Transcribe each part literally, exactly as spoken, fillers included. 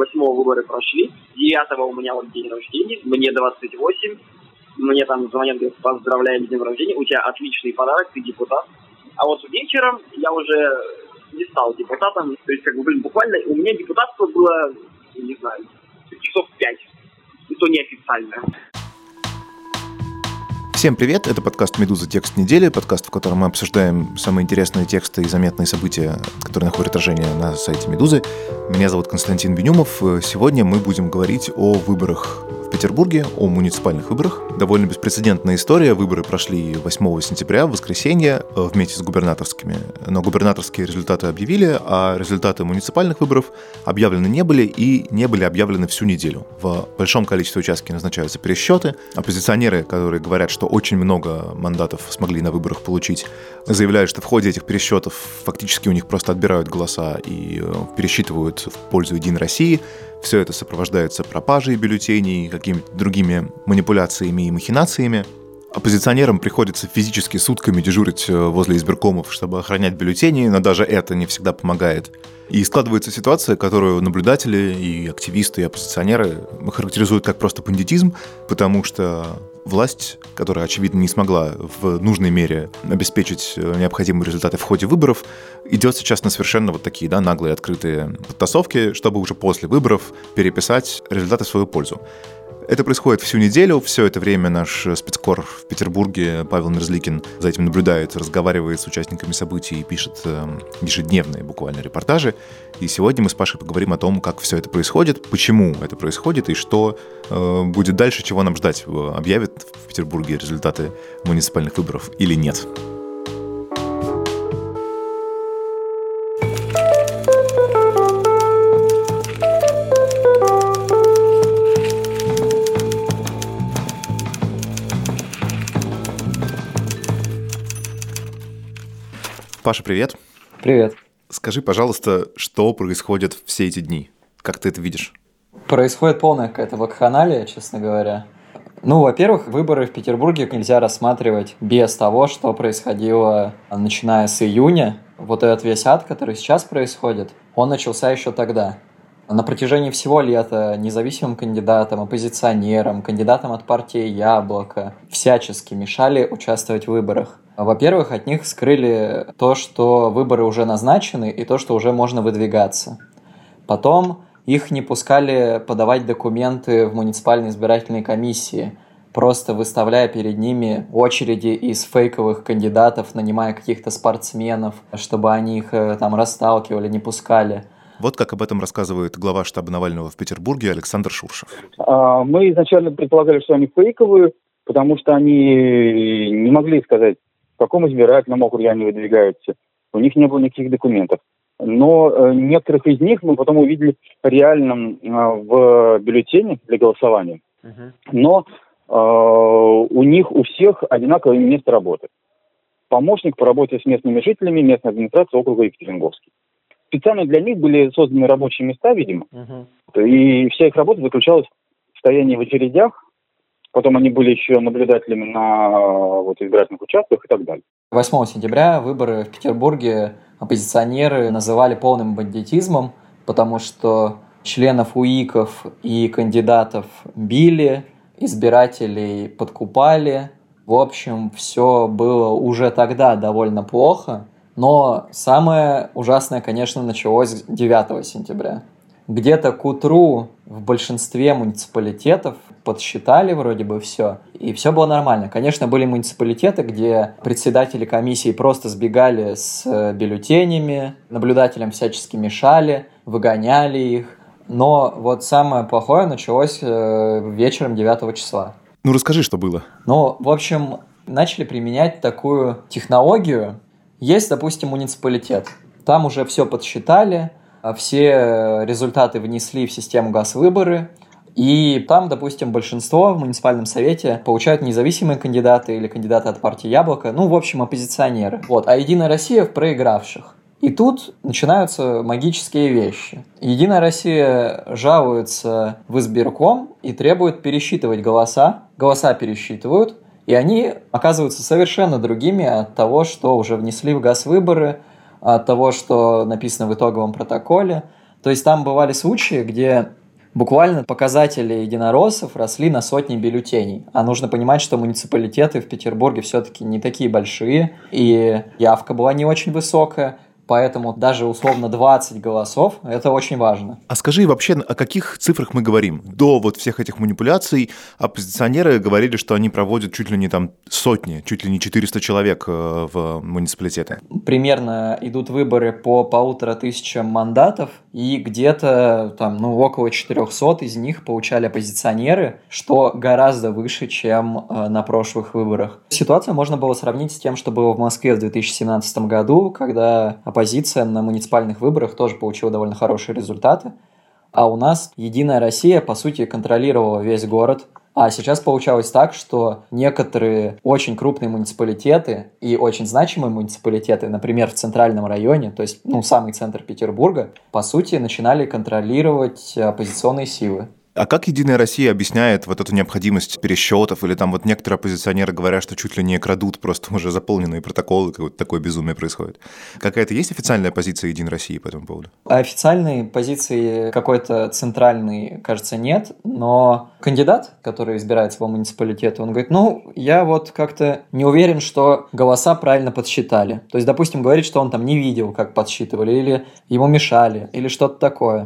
восьмого выборы прошли, девятого у меня вот день рождения, мне двадцать восемь, мне там звонят, говорят, поздравляем с днем рождения, у тебя отличный подарок, ты депутат. А вот вечером я уже не стал депутатом, то есть, как бы, блин, буквально у меня депутатство было, не знаю, часов пять, и то неофициально. Всем привет, это подкаст «Медуза. Текст недели», подкаст, в котором мы обсуждаем самые интересные тексты и заметные события, которые находят отражение на сайте «Медузы». Меня зовут Константин Бенюмов. Сегодня мы будем говорить о выборах в Петербурге, о муниципальных выборах. Довольно беспрецедентная история. Выборы прошли восьмого сентября, в воскресенье, вместе с губернаторскими. Но губернаторские результаты объявили, а результаты муниципальных выборов объявлены не были и не были объявлены всю неделю. В большом количестве участков назначаются пересчеты. Оппозиционеры, которые говорят, что очень много мандатов смогли на выборах получить, заявляют, что в ходе этих пересчетов фактически у них просто отбирают голоса и пересчитывают в пользу «Единой России». Все это сопровождается пропажей бюллетеней, какими-то другими манипуляциями и махинациями. Оппозиционерам приходится физически сутками дежурить возле избиркомов, чтобы охранять бюллетени, но даже это не всегда помогает. И складывается ситуация, которую наблюдатели и активисты, и оппозиционеры характеризуют как просто бандитизм, потому что власть, которая, очевидно, не смогла в нужной мере обеспечить необходимые результаты в ходе выборов, идет сейчас на совершенно вот такие, да, наглые, открытые подтасовки, чтобы уже после выборов переписать результаты в свою пользу. Это происходит всю неделю, все это время наш спецкор в Петербурге Павел Мерзликин за этим наблюдает, разговаривает с участниками событий и пишет ежедневные буквально репортажи. И сегодня мы с Пашей поговорим о том, как все это происходит, почему это происходит и что э, будет дальше, чего нам ждать. Объявят в Петербурге результаты муниципальных выборов или нет. Паша, привет. Привет. Скажи, пожалуйста, что происходит все эти дни? Как ты это видишь? Происходит полная какая-то вакханалия, честно говоря. Ну, во-первых, выборы в Петербурге нельзя рассматривать без того, что происходило, начиная с июня. Вот этот весь ад, который сейчас происходит, он начался еще тогда. На протяжении всего лета независимым кандидатам, оппозиционерам, кандидатам от партии «Яблоко» всячески мешали участвовать в выборах. Во-первых, от них скрыли то, что выборы уже назначены, и то, что уже можно выдвигаться. Потом их не пускали подавать документы в муниципальные избирательные комиссии, просто выставляя перед ними очереди из фейковых кандидатов, нанимая каких-то спортсменов, чтобы они их там расталкивали, не пускали. Вот как об этом рассказывает глава штаба Навального в Петербурге Александр Шуршев. Мы изначально предполагали, что они фейковые, потому что они не могли сказать, в каком избирательном округе они выдвигаются. У них не было никаких документов. Но некоторых из них мы потом увидели реально в бюллетене для голосования. Uh-huh. Но э, у них у всех одинаковое место работы. Помощник по работе с местными жителями местной администрации округа Екатеринговский. Специально для них были созданы рабочие места, видимо. Uh-huh. И вся их работа заключалась в стоянии в очередях. Потом они были еще наблюдателями на вот, избирательных участках и так далее. восьмого сентября выборы в Петербурге оппозиционеры называли полным бандитизмом, потому что членов УИКов и кандидатов били, избирателей подкупали. В общем, все было уже тогда довольно плохо. Но самое ужасное, конечно, началось девятого сентября. Где-то к утру в большинстве муниципалитетов подсчитали вроде бы все, и все было нормально. Конечно, были муниципалитеты, где председатели комиссии просто сбегали с бюллетенями, наблюдателям всячески мешали, выгоняли их. Но вот самое плохое началось вечером девятого числа. Ну, расскажи, что было. Ну, в общем, начали применять такую технологию. Есть, допустим, муниципалитет. Там уже все подсчитали, все результаты внесли в систему Газвыборы, и там, допустим, большинство в муниципальном совете получают независимые кандидаты или кандидаты от партии «Яблоко», ну, в общем, оппозиционеры. Вот. А «Единая Россия» в проигравших. И тут начинаются магические вещи. «Единая Россия» жалуется в избирком и требует пересчитывать голоса. Голоса пересчитывают, и они оказываются совершенно другими от того, что уже внесли в Газвыборы, от того, что написано в итоговом протоколе. То есть там бывали случаи, где буквально показатели единороссов росли на сотни бюллетеней. А нужно понимать, что муниципалитеты в Петербурге все-таки не такие большие, и явка была не очень высокая. Поэтому даже условно двадцать голосов – это очень важно. А скажи вообще, о каких цифрах мы говорим? До вот всех этих манипуляций оппозиционеры говорили, что они проводят чуть ли не там сотни, чуть ли не четыреста человек в муниципалитеты. Примерно идут выборы по полутора тысячам мандатов, и где-то там, ну, около четырехсот из них получали оппозиционеры, что гораздо выше, чем э, на прошлых выборах. Ситуацию можно было сравнить с тем, что было в Москве в две тысячи семнадцатом году, когда оппозиция на муниципальных выборах тоже получила довольно хорошие результаты. А у нас «Единая Россия», по сути, контролировала весь город. А сейчас получалось так, что некоторые очень крупные муниципалитеты и очень значимые муниципалитеты, например, в центральном районе, то есть, ну, самый центр Петербурга, по сути, начинали контролировать оппозиционные силы. А как «Единая Россия» объясняет вот эту необходимость пересчетов? Или там вот некоторые оппозиционеры говорят, что чуть ли не крадут просто уже заполненные протоколы, какое-то такое безумие происходит. Какая-то есть официальная позиция «Единой России» по этому поводу? Официальной позиции какой-то центральной, кажется, нет, но кандидат, который избирается по муниципалитету, он говорит, ну, я вот как-то не уверен, что голоса правильно подсчитали. То есть, допустим, говорит, что он там не видел, как подсчитывали, или ему мешали, или что-то такое.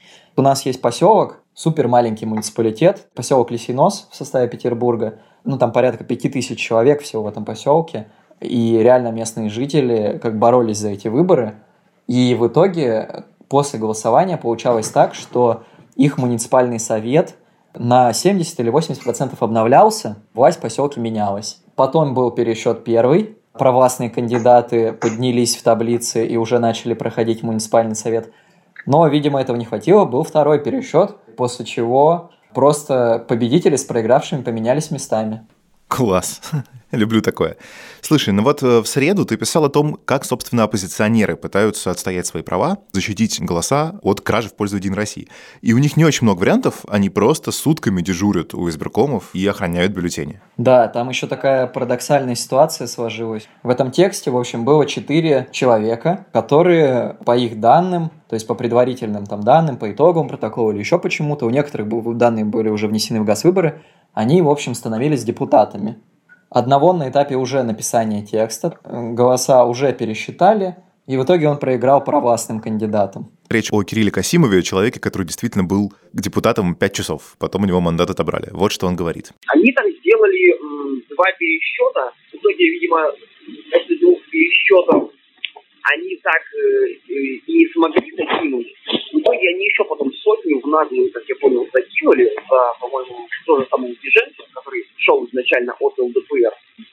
У нас есть поселок, супер маленький муниципалитет, поселок Лисинос в составе Петербурга. Ну, там порядка пяти тысяч человек всего в этом поселке. И реально местные жители как боролись за эти выборы. И в итоге после голосования получалось так, что их муниципальный совет на семьдесят или восемьдесят процентов обновлялся, власть в поселке менялась. Потом был пересчет первый. Провластные кандидаты поднялись в таблице и уже начали проходить муниципальный совет. Но, видимо, этого не хватило, был второй пересчет, после чего просто победители с проигравшими поменялись местами. Класс. Люблю такое. Слушай, ну вот в среду ты писал о том, как, собственно, оппозиционеры пытаются отстоять свои права, защитить голоса от кражи в пользу «Единой России». И у них не очень много вариантов, они просто сутками дежурят у избиркомов и охраняют бюллетени. Да, там еще такая парадоксальная ситуация сложилась. В этом тексте, в общем, было четыре человека, которые, по их данным, то есть по предварительным там данным, по итогам протокола или еще почему-то, у некоторых данные были уже внесены в Госвыборы, они, в общем, становились депутатами. Одного на этапе уже написания текста, голоса уже пересчитали, и в итоге он проиграл провластным кандидатам. Речь о Кирилле Касимове, человеке, который действительно был депутатом пять часов, потом у него мандат отобрали. Вот что он говорит. Они там сделали м, два пересчета, в итоге, видимо, после двух пересчетов они так э, и не смогли закинуть. В итоге они еще потом сотню в наглую, как я понял, закинули за, по-моему, тоже самому Беженцев, который шел изначально от ЛДПР.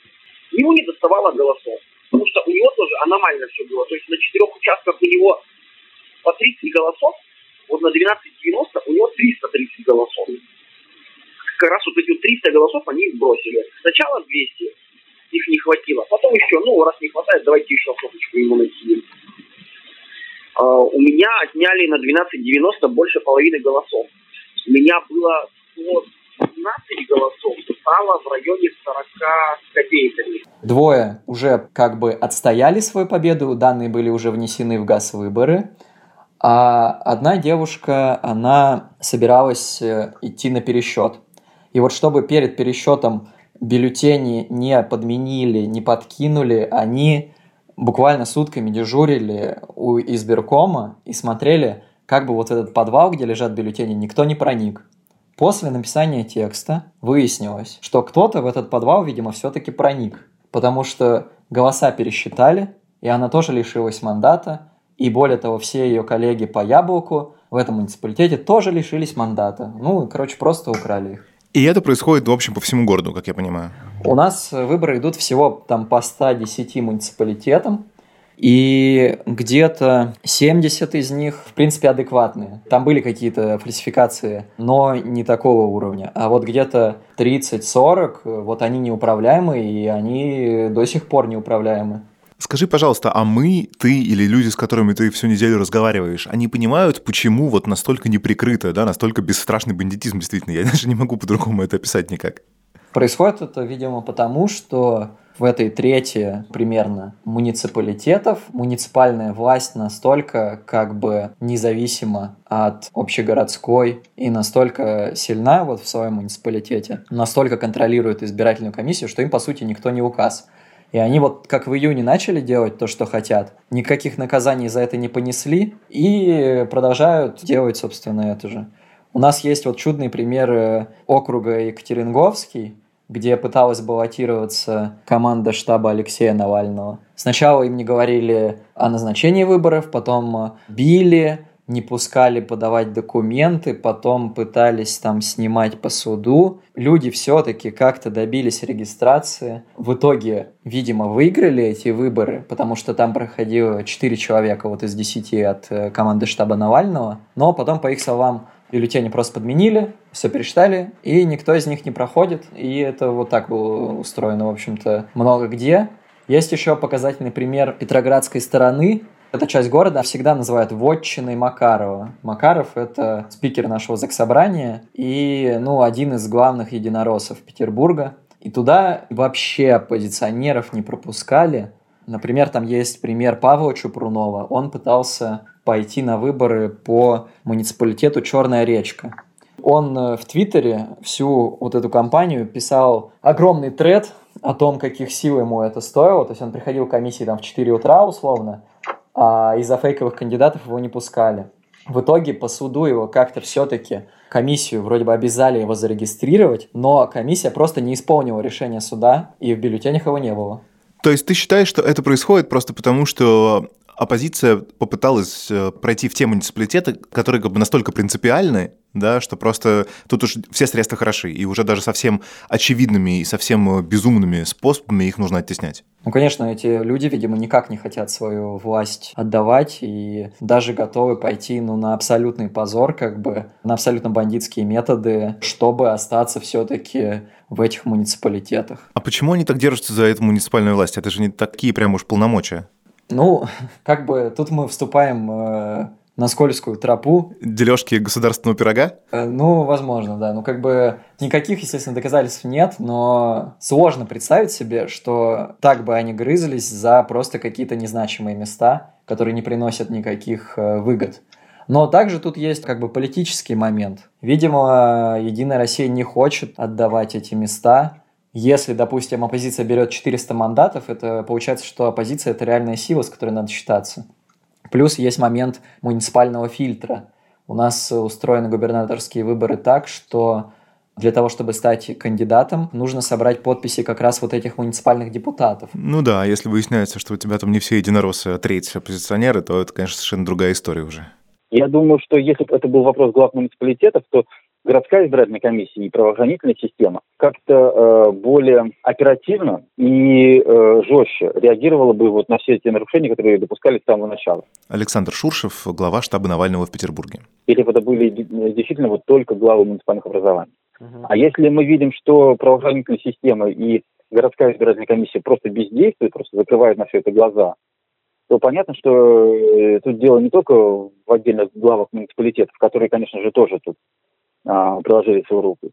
Ему не доставало голосов, потому что у него тоже аномально все было. То есть на четырех участках у него по тридцать голосов, вот на двенадцать девяносто у него триста тридцать голосов. Как раз вот эти триста голосов они их бросили. Сначала двести. Их не хватило. Потом еще, ну, раз не хватает, давайте еще соточку ему накинем. Uh, у меня отняли на двенадцать девяносто больше половины голосов. У меня было сто пятнадцать голосов, стало в районе сорок копейками. Двое уже как бы отстояли свою победу, данные были уже внесены в Госвыборы. А одна девушка, она собиралась идти на пересчет. И вот чтобы перед пересчетом бюллетени не подменили, не подкинули, они буквально сутками дежурили у избиркома и смотрели, как бы вот этот подвал, где лежат бюллетени, никто не проник. После написания текста выяснилось, что кто-то в этот подвал, видимо, все-таки проник, потому что голоса пересчитали, и она тоже лишилась мандата, и более того, все ее коллеги по Яблоку в этом муниципалитете тоже лишились мандата. Ну, короче, просто украли их. И это происходит, в общем, по всему городу, как я понимаю. У нас выборы идут всего там по ста десяти муниципалитетам, и где-то семьдесят из них, в принципе, адекватные. Там были какие-то фальсификации, но не такого уровня. А вот где-то тридцать-сорок, вот они неуправляемы, и они до сих пор неуправляемы. Скажи, пожалуйста, а мы, ты или люди, с которыми ты всю неделю разговариваешь, они понимают, почему вот настолько неприкрыто, да, настолько бесстрашный бандитизм действительно? Я даже не могу по-другому это описать никак. Происходит это, видимо, потому, что в этой трети примерно муниципалитетов. Муниципальная власть настолько как бы независима от общегородской и настолько сильна вот в своем муниципалитете, настолько контролирует избирательную комиссию, что им, по сути, никто не указ. И они вот как в июне начали делать то, что хотят, никаких наказаний за это не понесли и продолжают делать, собственно, это же. У нас есть вот чудный пример округа Екатеринговский, где пыталась баллотироваться команда штаба Алексея Навального. Сначала им не говорили о назначении выборов, потом били, не пускали подавать документы, потом пытались там снимать по суду. Люди все-таки как-то добились регистрации. В итоге, видимо, выиграли эти выборы, потому что там проходило четыре человека вот из десяти от команды штаба Навального. Но потом, по их словам, бюллетени просто подменили, все пересчитали, и никто из них не проходит. И это вот так было устроено, в общем-то, много где. Есть еще показательный пример Петроградской стороны. Эта часть города всегда называют вотчиной Макарова. Макаров – это спикер нашего заксобрания и, ну, один из главных единороссов Петербурга. И туда вообще оппозиционеров не пропускали. Например, там есть пример Павла Чупрунова. Он пытался пойти на выборы по муниципалитету Черная речка. Он в Твиттере всю вот эту кампанию писал огромный тред о том, каких сил ему это стоило. То есть он приходил к комиссии там в четыре утра условно, а из-за фейковых кандидатов его не пускали. В итоге по суду его как-то все-таки комиссию вроде бы обязали его зарегистрировать, но комиссия просто не исполнила решение суда, и в бюллетенях его не было. То есть ты считаешь, что это происходит просто потому, что оппозиция попыталась пройти в те муниципалитеты, которые как бы настолько принципиальны, да, что просто тут уж все средства хороши, и уже даже совсем очевидными и совсем безумными способами их нужно оттеснять. Ну, конечно, эти люди, видимо, никак не хотят свою власть отдавать и даже готовы пойти, ну, на абсолютный позор, как бы, на абсолютно бандитские методы, чтобы остаться все-таки в этих муниципалитетах. А почему они так держатся за эту муниципальную власть? Это же не такие прям уж полномочия. Ну, как бы тут мы вступаем э, на скользкую тропу. Дележки государственного пирога? Э, ну, возможно, да. Ну, как бы никаких, естественно, доказательств нет, но сложно представить себе, что так бы они грызлись за просто какие-то незначимые места, которые не приносят никаких э, выгод. Но также тут есть как бы политический момент. Видимо, Единая Россия не хочет отдавать эти места. Если, допустим, оппозиция берет четыреста мандатов, это получается, что оппозиция – это реальная сила, с которой надо считаться. Плюс есть момент муниципального фильтра. У нас устроены губернаторские выборы так, что для того, чтобы стать кандидатом, нужно собрать подписи как раз вот этих муниципальных депутатов. Ну да, если выясняется, что у тебя там не все единороссы, а треть оппозиционеры, то это, конечно, совершенно другая история уже. Я думаю, что если бы это был вопрос глав муниципалитетов, то городская избирательная комиссия и правоохранительная система как-то э, более оперативно и э, жестче реагировала бы вот на все эти нарушения, которые допускались с самого начала. Александр Шуршев, глава штаба Навального в Петербурге. Если бы это были действительно вот только главы муниципальных образований. Угу. А если мы видим, что правоохранительная система и городская избирательная комиссия просто бездействуют, просто закрывают на все это глаза, то понятно, что э, тут дело не только в отдельных главах муниципалитетов, которые, конечно же, тоже тут а, приложили свою руку,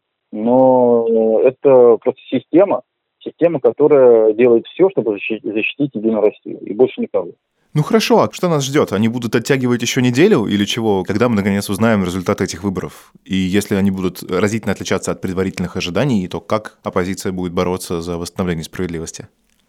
но это просто система, система, которая делает все, чтобы защитить, защитить Единую Россию, и больше никого. Ну хорошо, а что нас ждет? Они будут оттягивать еще неделю или чего? Когда мы наконец узнаем результаты этих выборов? И если они будут разительно отличаться от предварительных ожиданий, то как оппозиция будет бороться за восстановление справедливости?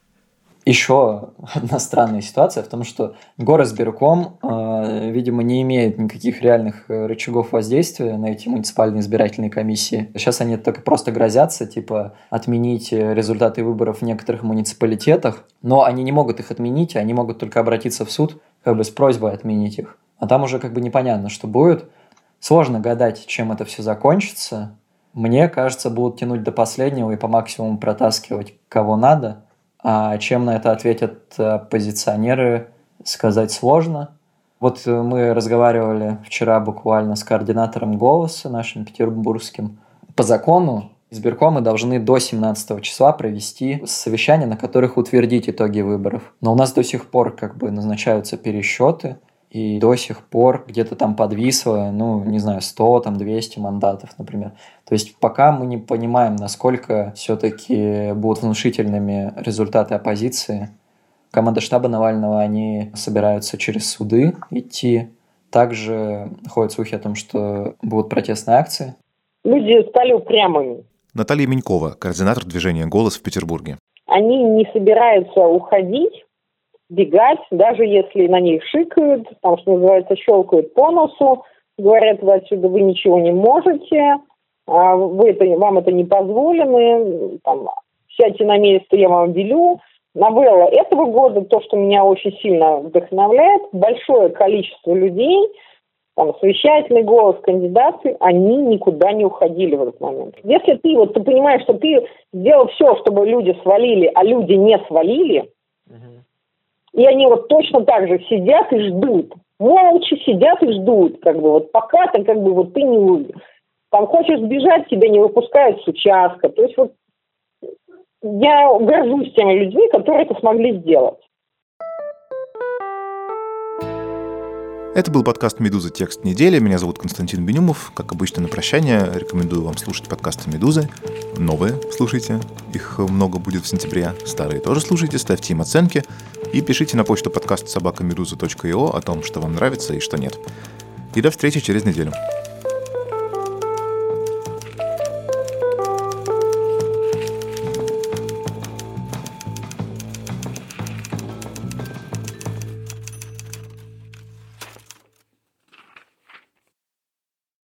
Еще одна странная ситуация в том, что Горосбирком, э, видимо, не имеет никаких реальных рычагов воздействия на эти муниципальные избирательные комиссии. Сейчас они только просто грозятся, типа, отменить результаты выборов в некоторых муниципалитетах, но они не могут их отменить, они могут только обратиться в суд как бы с просьбой отменить их. А там уже как бы непонятно, что будет. Сложно гадать, чем это все закончится. Мне кажется, будут тянуть до последнего и по максимуму протаскивать кого надо. А чем на это ответят оппозиционеры, сказать сложно. Вот мы разговаривали вчера буквально с координатором «Голоса», нашим петербургским. По закону избиркомы должны до семнадцатого числа провести совещания, на которых утвердить итоги выборов. Но у нас до сих пор как бы назначаются пересчеты, и до сих пор где-то там подвисло, ну, не знаю, сто, там, двести мандатов, например. То есть пока мы не понимаем, насколько все-таки будут внушительными результаты оппозиции. Команда штаба Навального, они собираются через суды идти. Также ходят слухи о том, что будут протестные акции. Люди стали упрямыми. Наталья Менькова, координатор движения «Голос» в Петербурге. Они не собираются уходить, бегать, даже если на них шикают, там, что называется, щелкают по носу, говорят, вы отсюда вы ничего не можете, вы это, вам это не позволено, там, сядьте на место, я вам велю. Новелла этого года, то, что меня очень сильно вдохновляет, большое количество людей, там, совещательный голос, кандидаты, они никуда не уходили в этот момент. Если ты, вот, ты понимаешь, что ты сделал все, чтобы люди свалили, а люди не свалили, uh-huh. и они вот точно так же сидят и ждут, молча сидят и ждут, как бы, вот пока ты, как бы, вот ты не, там, хочешь сбежать, тебя не выпускают с участка, то есть вот я горжусь теми людьми, которые это смогли сделать. Это был подкаст «Медуза. Текст недели». Меня зовут Константин Бенюмов. Как обычно, на прощание рекомендую вам слушать подкасты «Медузы». Новые слушайте, их много будет в сентябре. Старые тоже слушайте, ставьте им оценки. И пишите на почту подкаст собака медуза точка io о том, что вам нравится и что нет. И до встречи через неделю.